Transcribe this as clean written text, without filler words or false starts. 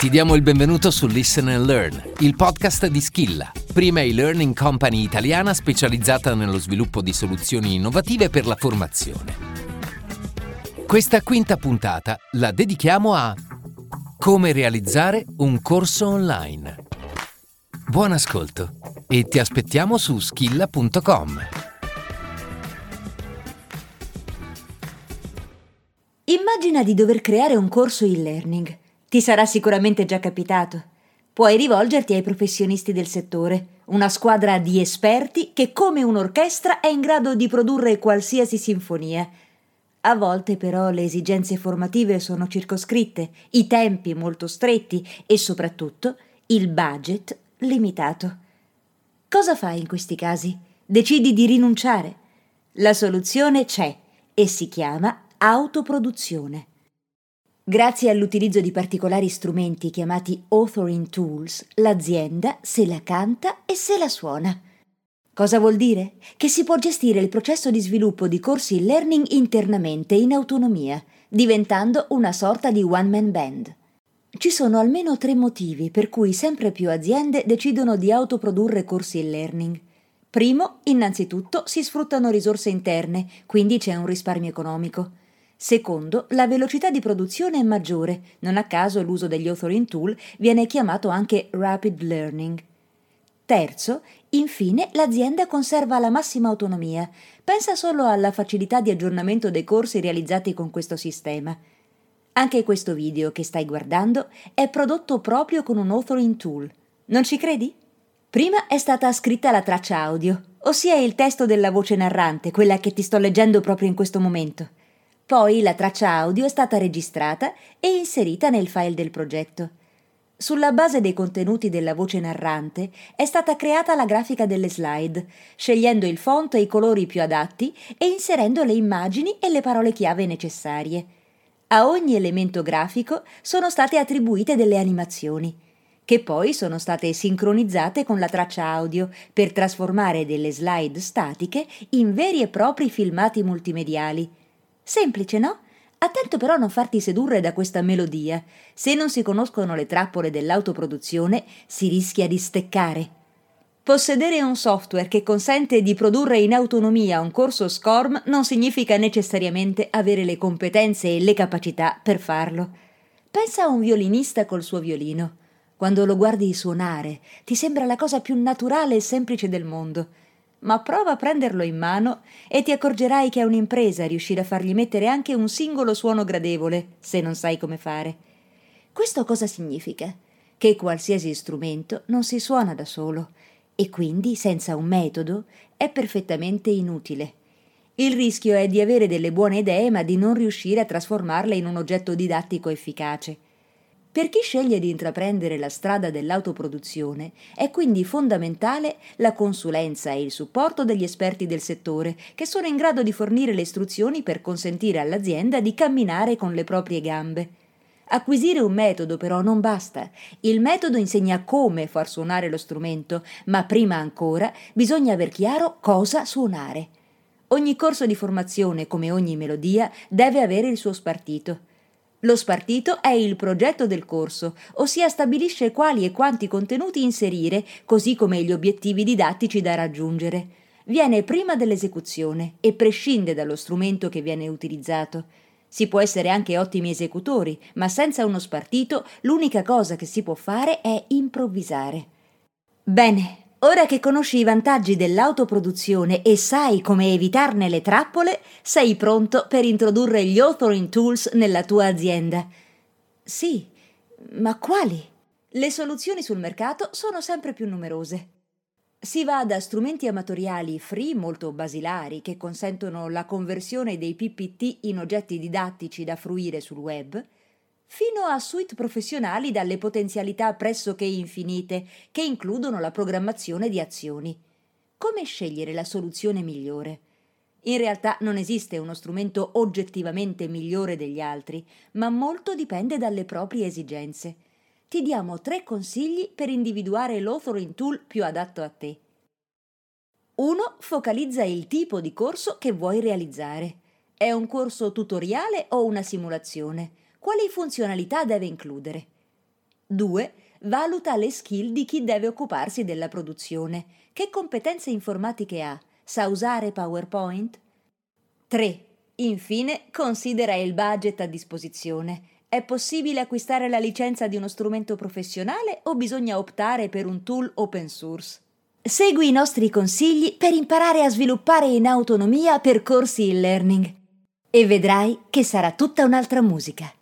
Ti diamo il benvenuto su Listen and Learn, il podcast di Skilla, prima e-learning company italiana specializzata nello sviluppo di soluzioni innovative per la formazione. Questa quinta puntata la dedichiamo a come realizzare un corso online. Buon ascolto e ti aspettiamo su skilla.com. Immagina di dover creare un corso e-learning. Ti sarà sicuramente già capitato. Puoi rivolgerti ai professionisti del settore, una squadra di esperti che come un'orchestra è in grado di produrre qualsiasi sinfonia. A volte però le esigenze formative sono circoscritte, i tempi molto stretti e soprattutto il budget limitato. Cosa fai in questi casi? Decidi di rinunciare. La soluzione c'è e si chiama autoproduzione. Grazie all'utilizzo di particolari strumenti chiamati authoring tools, l'azienda se la canta e se la suona. Cosa vuol dire? Che si può gestire il processo di sviluppo di corsi e-learning internamente in autonomia, diventando una sorta di one-man band. Ci sono almeno 3 motivi per cui sempre più aziende decidono di autoprodurre corsi e-learning. Primo, innanzitutto, si sfruttano risorse interne, quindi c'è un risparmio economico. Secondo, la velocità di produzione è maggiore, non a caso l'uso degli authoring tool viene chiamato anche rapid learning. Terzo, infine, l'azienda conserva la massima autonomia. Pensa solo alla facilità di aggiornamento dei corsi realizzati con questo sistema. Anche questo video che stai guardando è prodotto proprio con un authoring tool. Non ci credi? Prima è stata scritta la traccia audio, ossia il testo della voce narrante, quella che ti sto leggendo proprio in questo momento. Poi la traccia audio è stata registrata e inserita nel file del progetto. Sulla base dei contenuti della voce narrante è stata creata la grafica delle slide, scegliendo il font e i colori più adatti e inserendo le immagini e le parole chiave necessarie. A ogni elemento grafico sono state attribuite delle animazioni, che poi sono state sincronizzate con la traccia audio per trasformare delle slide statiche in veri e propri filmati multimediali. Semplice, no? Attento però a non farti sedurre da questa melodia. Se non si conoscono le trappole dell'autoproduzione, si rischia di steccare. Possedere un software che consente di produrre in autonomia un corso SCORM non significa necessariamente avere le competenze e le capacità per farlo. Pensa a un violinista col suo violino. Quando lo guardi suonare, ti sembra la cosa più naturale e semplice del mondo. Ma prova a prenderlo in mano e ti accorgerai che è un'impresa riuscire a fargli mettere anche un singolo suono gradevole, se non sai come fare. Questo cosa significa? Che qualsiasi strumento non si suona da solo e quindi, senza un metodo, è perfettamente inutile. Il rischio è di avere delle buone idee ma di non riuscire a trasformarle in un oggetto didattico efficace. Per chi sceglie di intraprendere la strada dell'autoproduzione è quindi fondamentale la consulenza e il supporto degli esperti del settore, che sono in grado di fornire le istruzioni per consentire all'azienda di camminare con le proprie gambe. Acquisire un metodo però non basta. Il metodo insegna come far suonare lo strumento, ma prima ancora bisogna aver chiaro cosa suonare. Ogni corso di formazione, come ogni melodia, deve avere il suo spartito. Lo spartito è il progetto del corso, ossia stabilisce quali e quanti contenuti inserire, così come gli obiettivi didattici da raggiungere. Viene prima dell'esecuzione e prescinde dallo strumento che viene utilizzato. Si può essere anche ottimi esecutori, ma senza uno spartito l'unica cosa che si può fare è improvvisare. Bene. Ora che conosci i vantaggi dell'autoproduzione e sai come evitarne le trappole, sei pronto per introdurre gli authoring tools nella tua azienda. Sì, ma quali? Le soluzioni sul mercato sono sempre più numerose. Si va da strumenti amatoriali free molto basilari che consentono la conversione dei PPT in oggetti didattici da fruire sul web, fino a suite professionali dalle potenzialità pressoché infinite che includono la programmazione di azioni. Come scegliere la soluzione migliore? In realtà non esiste uno strumento oggettivamente migliore degli altri, ma molto dipende dalle proprie esigenze. Ti diamo 3 consigli per individuare l'authoring tool più adatto a te. 1. Focalizza il tipo di corso che vuoi realizzare. È un corso tutoriale o una simulazione? Quali funzionalità deve includere? 2. Valuta le skill di chi deve occuparsi della produzione. Che competenze informatiche ha? Sa usare PowerPoint? 3. Infine, considera il budget a disposizione. È possibile acquistare la licenza di uno strumento professionale o bisogna optare per un tool open source? Segui i nostri consigli per imparare a sviluppare in autonomia percorsi e-learning e vedrai che sarà tutta un'altra musica.